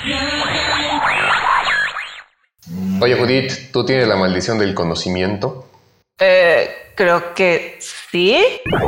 Oye, Judith, ¿tú tienes la maldición del conocimiento? Creo que sí.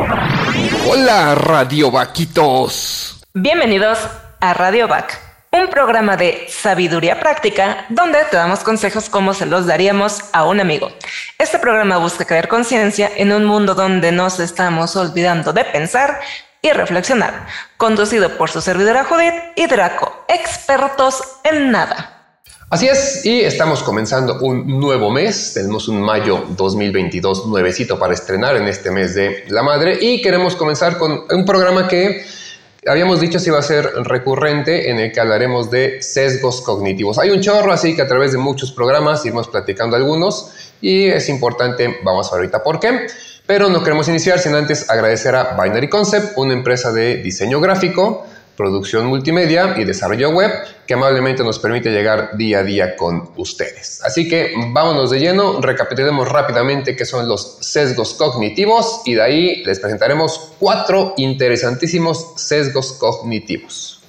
Hola, Radio Vaquitos. Bienvenidos a Radio Vac, un programa de sabiduría práctica donde te damos consejos como se los daríamos a un amigo. Este programa busca crear conciencia en un mundo donde nos estamos olvidando de pensar y reflexionar. Conducido por su servidora Judith y Draco, expertos en nada. Así es, y estamos comenzando un nuevo mes. Tenemos un mayo 2022 nuevecito para estrenar en este mes de la madre y queremos comenzar con un programa que habíamos dicho si iba a ser recurrente, en el que hablaremos de sesgos cognitivos. Hay un chorro, así que a través de muchos programas iremos platicando algunos y es importante, vamos a ver ahorita por qué. Pero no queremos iniciar sin antes agradecer a Binary Concept, una empresa de diseño gráfico, producción multimedia y desarrollo web que amablemente nos permite llegar día a día con ustedes. Así que vámonos de lleno, recapitulemos rápidamente qué son los sesgos cognitivos y de ahí les presentaremos 4 interesantísimos sesgos cognitivos.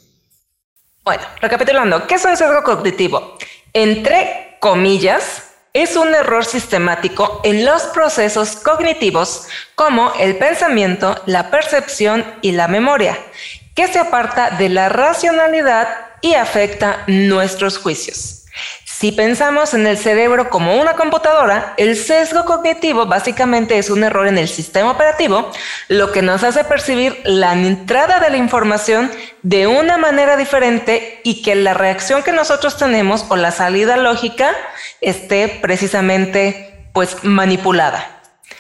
Bueno, recapitulando, ¿qué es un sesgo cognitivo? Entre comillas, es un error sistemático en los procesos cognitivos como el pensamiento, la percepción y la memoria, que se aparta de la racionalidad y afecta nuestros juicios. Si pensamos en el cerebro como una computadora, el sesgo cognitivo básicamente es un error en el sistema operativo, lo que nos hace percibir la entrada de la información de una manera diferente y que la reacción que nosotros tenemos o la salida lógica esté precisamente manipulada.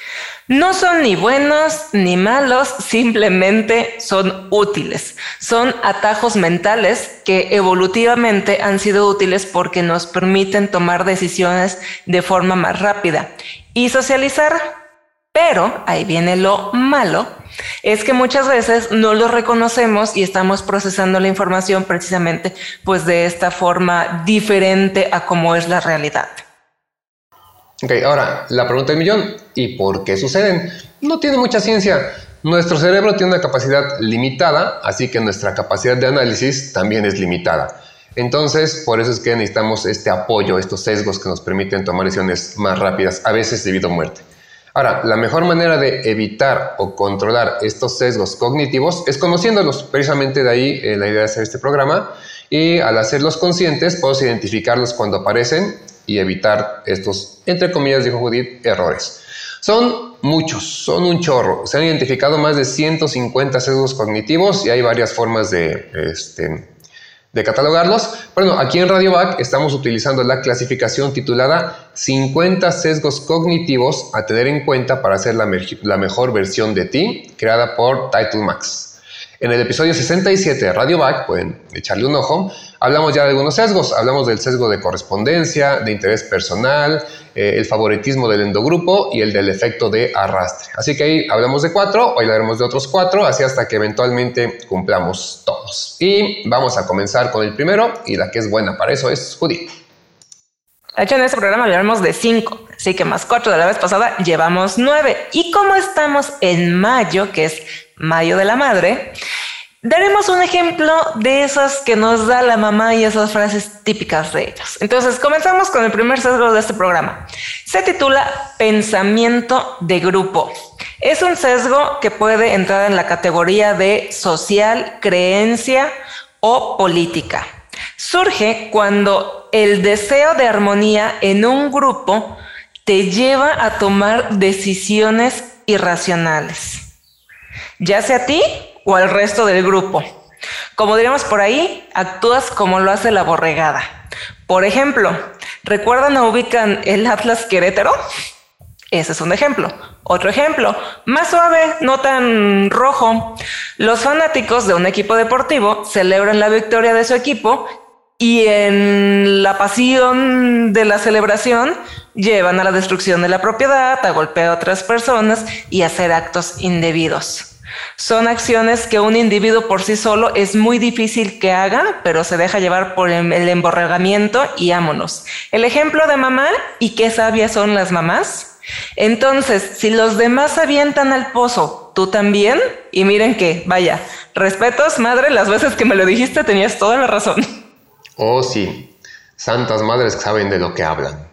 No son ni buenos ni malos, simplemente son útiles. Son atajos mentales que evolutivamente han sido útiles porque nos permiten tomar decisiones de forma más rápida y socializar. Pero, ahí viene lo malo, es que muchas veces no lo reconocemos y estamos procesando la información precisamente de esta forma diferente a cómo es la realidad. Ok, ahora, la pregunta del millón, ¿y por qué suceden? No tiene mucha ciencia. Nuestro cerebro tiene una capacidad limitada, así que nuestra capacidad de análisis también es limitada. Entonces, por eso es que necesitamos este apoyo, estos sesgos que nos permiten tomar decisiones más rápidas, a veces de vida o muerte. Ahora, la mejor manera de evitar o controlar estos sesgos cognitivos es conociéndolos. Precisamente de ahí la idea de hacer este programa. Y al hacerlos conscientes, podemos identificarlos cuando aparecen y evitar estos, entre comillas, dijo Judith, errores. Son muchos, son un chorro. Se han identificado más de 150 sesgos cognitivos y hay varias formas de catalogarlos. Bueno, aquí en Radio Vac estamos utilizando la clasificación titulada 50 sesgos cognitivos a tener en cuenta para hacer la mejor versión de ti, creada por Title Max. En el episodio 67 de Radio Vac, pueden echarle un ojo, hablamos ya de algunos sesgos. Hablamos del sesgo de correspondencia, de interés personal, el favoritismo del endogrupo y el del efecto de arrastre. Así que ahí hablamos de 4, hoy hablaremos de otros 4, así hasta que eventualmente cumplamos todos. Y vamos a comenzar con el primero, y la que es buena para eso es Judith. De hecho, en este programa hablaremos de 5, así que más 4 de la vez pasada llevamos 9. Y como estamos en mayo, que es Mayo de la Madre, daremos un ejemplo de esas que nos da la mamá y esas frases típicas de ellos. Entonces, comenzamos con el primer sesgo de este programa. Se titula Pensamiento de grupo. Es un sesgo que puede entrar en la categoría de social, creencia o política. Surge cuando el deseo de armonía en un grupo te lleva a tomar decisiones irracionales, ya sea a ti o al resto del grupo. Como diríamos por ahí, actúas como lo hace la borregada. Por ejemplo, ¿recuerdan o ubican el Atlas Querétaro? Ese es un ejemplo. Otro ejemplo, más suave, no tan rojo. Los fanáticos de un equipo deportivo celebran la victoria de su equipo y en la pasión de la celebración llevan a la destrucción de la propiedad, a golpear a otras personas y a hacer actos indebidos. Son acciones que un individuo por sí solo es muy difícil que haga, pero se deja llevar por el emborregamiento y vámonos. El ejemplo de mamá, y qué sabias son las mamás. Entonces, si los demás avientan al pozo, ¿tú también? Y miren que, vaya, respetos, madre, las veces que me lo dijiste tenías toda la razón. Oh, sí, santas madres que saben de lo que hablan.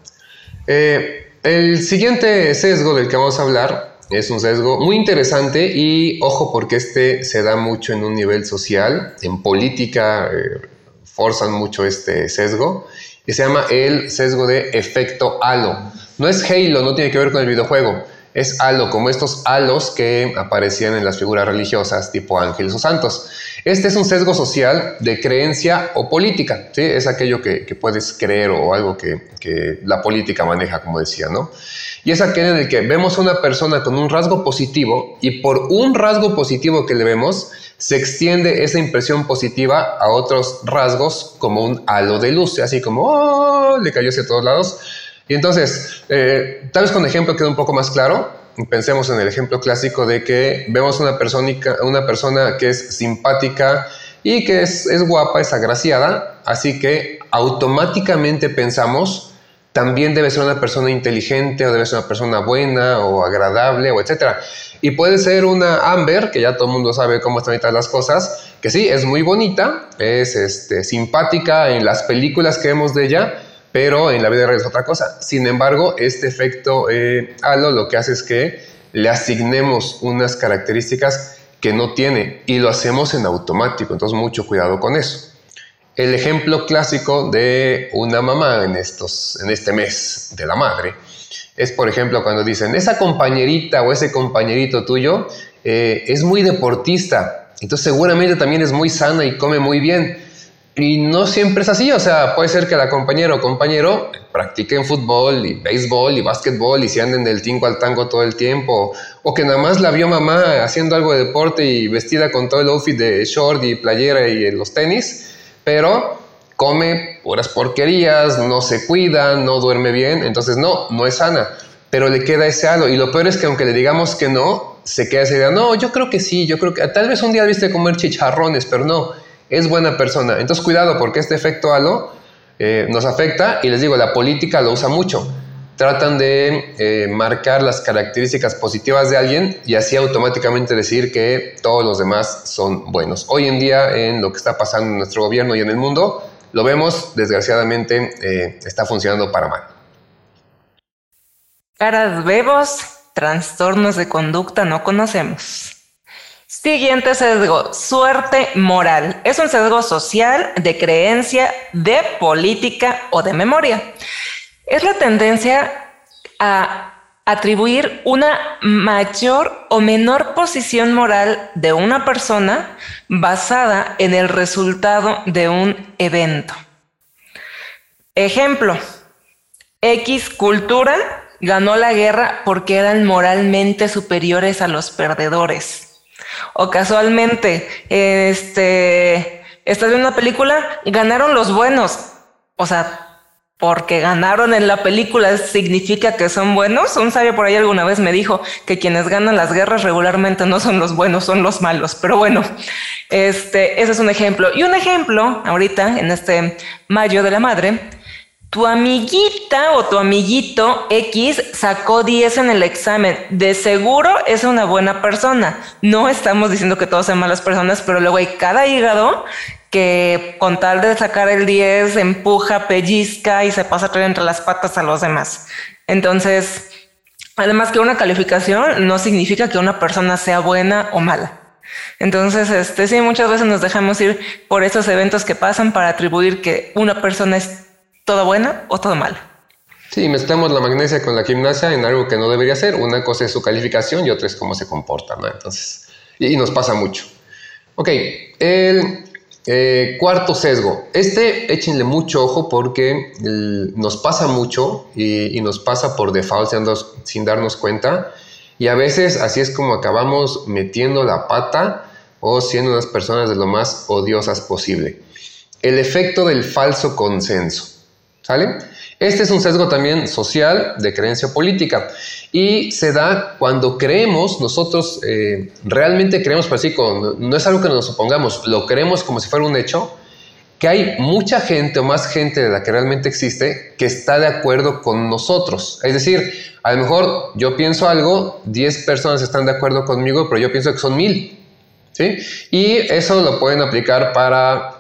El siguiente sesgo del que vamos a hablar es un sesgo muy interesante y ojo porque este se da mucho en un nivel social, en política forzan mucho este sesgo y se llama el sesgo de efecto halo. No es Halo, no tiene que ver con el videojuego, es halo, como estos halos que aparecían en las figuras religiosas tipo ángeles o santos. Este es un sesgo social de creencia o política, ¿sí? Es aquello que puedes creer o algo que la política maneja, como decía, ¿no? Y es aquel en el que vemos a una persona con un rasgo positivo y por un rasgo positivo que le vemos, se extiende esa impresión positiva a otros rasgos como un halo de luz, así como ¡oh! Le cayó hacia todos lados. Y entonces, tal vez con ejemplo queda un poco más claro. Pensemos en el ejemplo clásico de que vemos una persona que es simpática y que es guapa, es agraciada, así que automáticamente pensamos también debe ser una persona inteligente o debe ser una persona buena o agradable o etcétera. Y puede ser una Amber, que ya todo el mundo sabe cómo están ahorita las cosas, que sí, es muy bonita, es simpática en las películas que vemos de ella, pero en la vida real es otra cosa. Sin embargo, este efecto halo lo que hace es que le asignemos unas características que no tiene y lo hacemos en automático, entonces mucho cuidado con eso. El ejemplo clásico de una mamá en este mes de la madre es, por ejemplo, cuando dicen, esa compañerita o ese compañerito tuyo es muy deportista, entonces seguramente también es muy sana y come muy bien. Y no siempre es así, o sea, puede ser que la compañera o compañero practiquen fútbol y béisbol y básquetbol y se anden del tingo al tango todo el tiempo, o que nada más la vio mamá haciendo algo de deporte y vestida con todo el outfit de short y playera y los tenis, pero come puras porquerías, no se cuida, no duerme bien, entonces no es sana, pero le queda ese halo. Y lo peor es que aunque le digamos que no, se queda esa idea, no, yo creo que sí, yo creo que tal vez un día viste comer chicharrones, pero no, es buena persona. Entonces cuidado porque este efecto halo nos afecta y les digo, la política lo usa mucho. Tratan de marcar las características positivas de alguien y así automáticamente decir que todos los demás son buenos. Hoy en día en lo que está pasando en nuestro gobierno y en el mundo, lo vemos, desgraciadamente está funcionando para mal. Caras vemos, trastornos de conducta no conocemos. Siguiente sesgo, suerte moral. Es un sesgo social, de creencia, de política o de memoria. Es la tendencia a atribuir una mayor o menor posición moral de una persona basada en el resultado de un evento. Ejemplo, X cultura ganó la guerra porque eran moralmente superiores a los perdedores. O casualmente, estás viendo una película, ganaron los buenos. O sea, porque ganaron en la película significa que son buenos. Un sabio por ahí alguna vez me dijo que quienes ganan las guerras regularmente no son los buenos, son los malos. Pero bueno, ese es un ejemplo. Y un ejemplo, ahorita, en este mayo de la madre, tu amiguita o tu amiguito X sacó 10 en el examen. De seguro es una buena persona. No estamos diciendo que todos sean malas personas, pero luego hay cada hígado que con tal de sacar el 10 empuja, pellizca y se pasa a traer entre las patas a los demás. Entonces, además que una calificación no significa que una persona sea buena o mala. Entonces, sí, muchas veces nos dejamos ir por esos eventos que pasan para atribuir que una persona es toda buena o toda mala. Sí, mezclamos la magnesia con la gimnasia en algo que no debería ser. Una cosa es su calificación y otra es cómo se comporta, ¿no? Entonces, y nos pasa mucho. Ok, el cuarto sesgo. Échenle mucho ojo porque nos pasa mucho y nos pasa por default sin darnos cuenta. Y a veces así es como acabamos metiendo la pata o siendo unas personas de lo más odiosas posible. El efecto del falso consenso. ¿Sale? Este es un sesgo también social de creencia política y se da cuando creemos, nosotros realmente creemos, pero así, no es algo que nos opongamos, lo creemos como si fuera un hecho, que hay mucha gente o más gente de la que realmente existe que está de acuerdo con nosotros. Es decir, a lo mejor yo pienso algo, 10 personas están de acuerdo conmigo, pero yo pienso que son 1000. ¿Sí? Y eso lo pueden aplicar para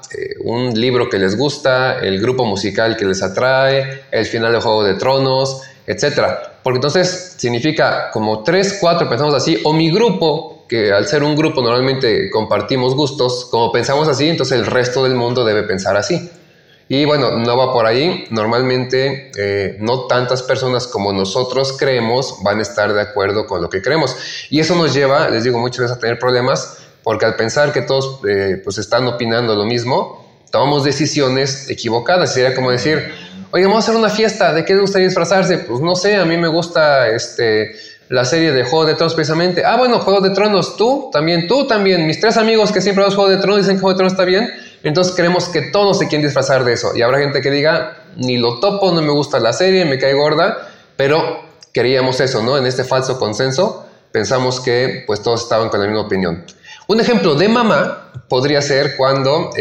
un libro que les gusta, el grupo musical que les atrae, el final de Juego de Tronos, etcétera. Porque entonces significa como 3, 4 pensamos así, o mi grupo, que al ser un grupo normalmente compartimos gustos, como pensamos así, entonces el resto del mundo debe pensar así. Y bueno, no va por ahí. Normalmente no tantas personas como nosotros creemos van a estar de acuerdo con lo que creemos. Y eso nos lleva, les digo, muchas veces a tener problemas, porque al pensar que todos pues están opinando lo mismo, tomamos decisiones equivocadas. Sería como decir, oye, vamos a hacer una fiesta, ¿de qué les gustaría disfrazarse? Pues no sé, a mí me gusta la serie de Juego de Tronos precisamente. Ah, bueno, Juego de Tronos, tú también. Mis 3 amigos que siempre vemos Juego de Tronos dicen que Juego de Tronos está bien. Entonces creemos que todos se quieren disfrazar de eso. Y habrá gente que diga, ni lo topo, no me gusta la serie, me cae gorda. Pero queríamos eso, ¿no? En este falso consenso pensamos que pues todos estaban con la misma opinión. Un ejemplo de mamá podría ser cuando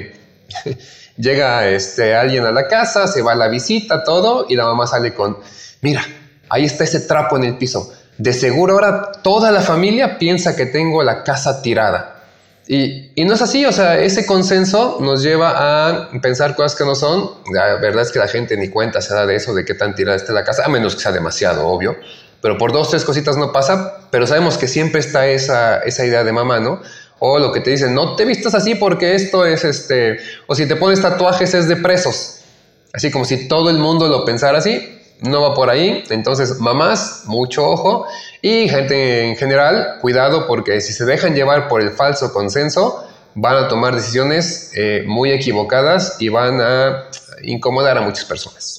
llega alguien a la casa, se va a la visita, todo, y la mamá sale con, mira, ahí está ese trapo en el piso. De seguro ahora toda la familia piensa que tengo la casa tirada. Y no es así, o sea, ese consenso nos lleva a pensar cosas que no son. La verdad es que la gente ni cuenta se da de eso, de qué tan tirada está la casa, a menos que sea demasiado obvio. Pero por 2, 3 cositas no pasa, pero sabemos que siempre está esa idea de mamá, ¿no? O lo que te dicen, no te vistas así porque esto es o si te pones tatuajes es de presos. Así como si todo el mundo lo pensara así, no va por ahí. Entonces, mamás, mucho ojo. Y gente en general, cuidado, porque si se dejan llevar por el falso consenso, van a tomar decisiones muy equivocadas y van a incomodar a muchas personas.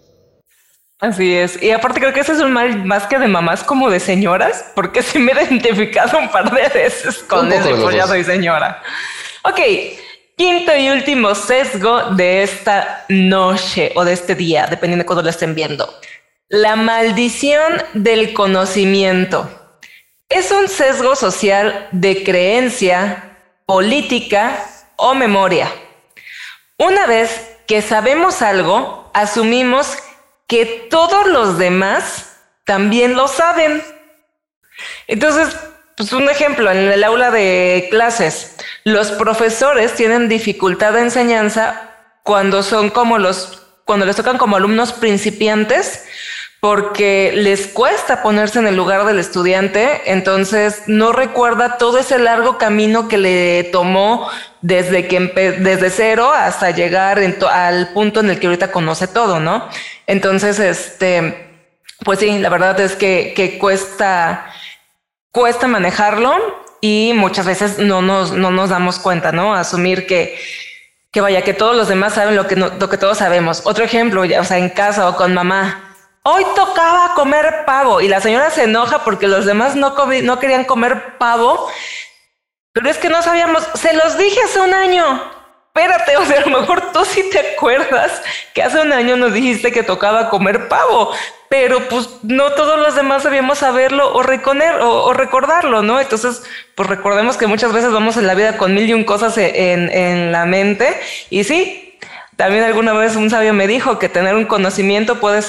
Así es. Y aparte creo que ese es un mal más que de mamás, como de señoras, porque sí me he identificado un par de veces con eso, pues ya soy señora. Ok, quinto y último sesgo de esta noche o de este día, dependiendo de cuándo lo estén viendo. La maldición del conocimiento. Es un sesgo social de creencia, política o memoria. Una vez que sabemos algo, asumimos que todos los demás también lo saben. Entonces, pues un ejemplo, en el aula de clases, los profesores tienen dificultad de enseñanza cuando les tocan como alumnos principiantes, porque les cuesta ponerse en el lugar del estudiante, entonces no recuerda todo ese largo camino que le tomó desde cero hasta llegar al punto en el que ahorita conoce todo, ¿no? Entonces, pues sí, la verdad es que cuesta manejarlo y muchas veces no nos damos cuenta, ¿no? Asumir que todos los demás saben lo que todos sabemos. Otro ejemplo, o sea, en casa o con mamá. Hoy tocaba comer pavo y la señora se enoja porque los demás no querían comer pavo, pero es que no sabíamos. Se los dije hace un año. Espérate, o sea, a lo mejor tú sí te acuerdas que hace un año nos dijiste que tocaba comer pavo, pero pues no todos los demás sabíamos saberlo o recordarlo, ¿no? Entonces, pues recordemos que muchas veces vamos en la vida con 1000 y un cosas en la mente y sí. También alguna vez un sabio me dijo que tener mucho conocimiento puede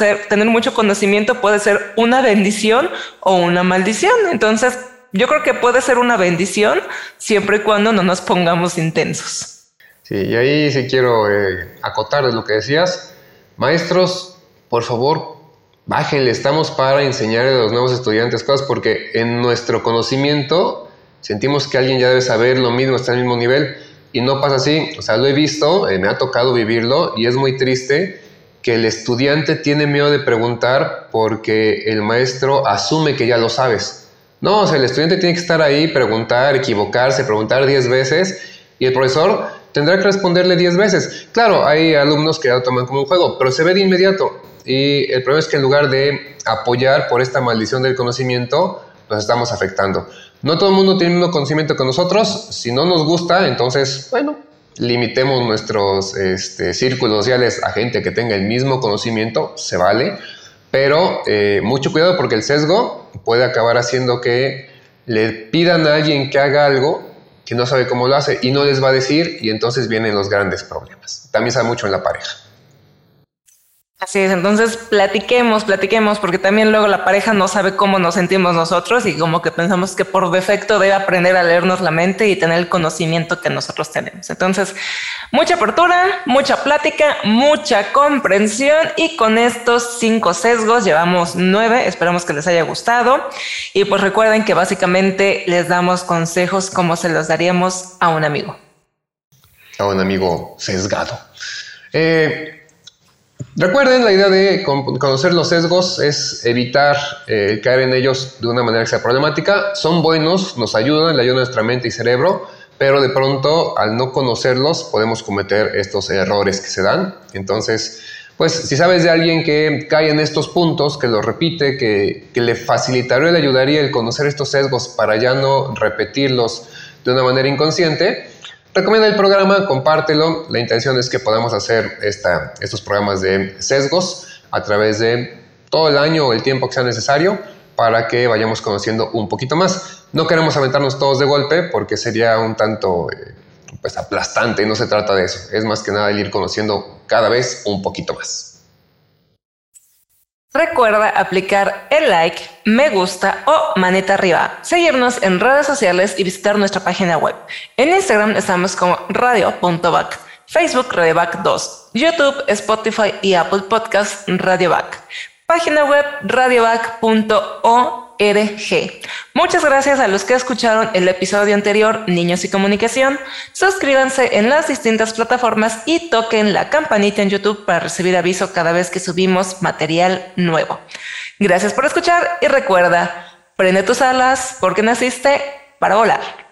ser una bendición o una maldición. Entonces, yo creo que puede ser una bendición siempre y cuando no nos pongamos intensos. Sí, y ahí sí quiero acotar de lo que decías. Maestros, por favor, bájenle, estamos para enseñarle a los nuevos estudiantes cosas, porque en nuestro conocimiento sentimos que alguien ya debe saber lo mismo, está al mismo nivel. Y no pasa así, o sea, lo he visto, me ha tocado vivirlo y es muy triste que el estudiante tiene miedo de preguntar porque el maestro asume que ya lo sabes. No, o sea, el estudiante tiene que estar ahí, preguntar, equivocarse, preguntar 10 veces y el profesor tendrá que responderle 10 veces. Claro, hay alumnos que ya lo toman como un juego, pero se ve de inmediato y el problema es que en lugar de apoyar por esta maldición del conocimiento, nos estamos afectando. No todo el mundo tiene el mismo conocimiento que nosotros. Si no nos gusta, entonces, bueno, limitemos nuestros círculos sociales a gente que tenga el mismo conocimiento, se vale. Pero mucho cuidado porque el sesgo puede acabar haciendo que le pidan a alguien que haga algo que no sabe cómo lo hace y no les va a decir y entonces vienen los grandes problemas. También se da mucho en la pareja. Así es, entonces platiquemos, porque también luego la pareja no sabe cómo nos sentimos nosotros y como que pensamos que por defecto debe aprender a leernos la mente y tener el conocimiento que nosotros tenemos. Entonces, mucha apertura, mucha plática, mucha comprensión y con estos 5 sesgos llevamos 9, esperamos que les haya gustado y pues recuerden que básicamente les damos consejos como se los daríamos a un amigo. A un amigo sesgado. Recuerden, la idea de conocer los sesgos es evitar caer en ellos de una manera que sea problemática. Son buenos, nos ayudan, le ayudan a nuestra mente y cerebro, pero de pronto al no conocerlos podemos cometer estos errores que se dan. Entonces, pues si sabes de alguien que cae en estos puntos, que los repite, que le facilitaría, le ayudaría el conocer estos sesgos para ya no repetirlos de una manera inconsciente, recomienda el programa, compártelo. La intención es que podamos hacer estos programas de sesgos a través de todo el año o el tiempo que sea necesario para que vayamos conociendo un poquito más. No queremos aventarnos todos de golpe porque sería un tanto aplastante y no se trata de eso. Es más que nada el ir conociendo cada vez un poquito más. Recuerda aplicar el like, me gusta o manita arriba, seguirnos en redes sociales y visitar nuestra página web. En Instagram estamos como radio.back, Facebook RadioBack 2, YouTube, Spotify y Apple Podcast RadioBack. Página web radioback.org. Muchas gracias a los que escucharon el episodio anterior, Niños y Comunicación. Suscríbanse en las distintas plataformas y toquen la campanita en YouTube para recibir aviso cada vez que subimos material nuevo. Gracias por escuchar y recuerda, prende tus alas porque naciste para volar.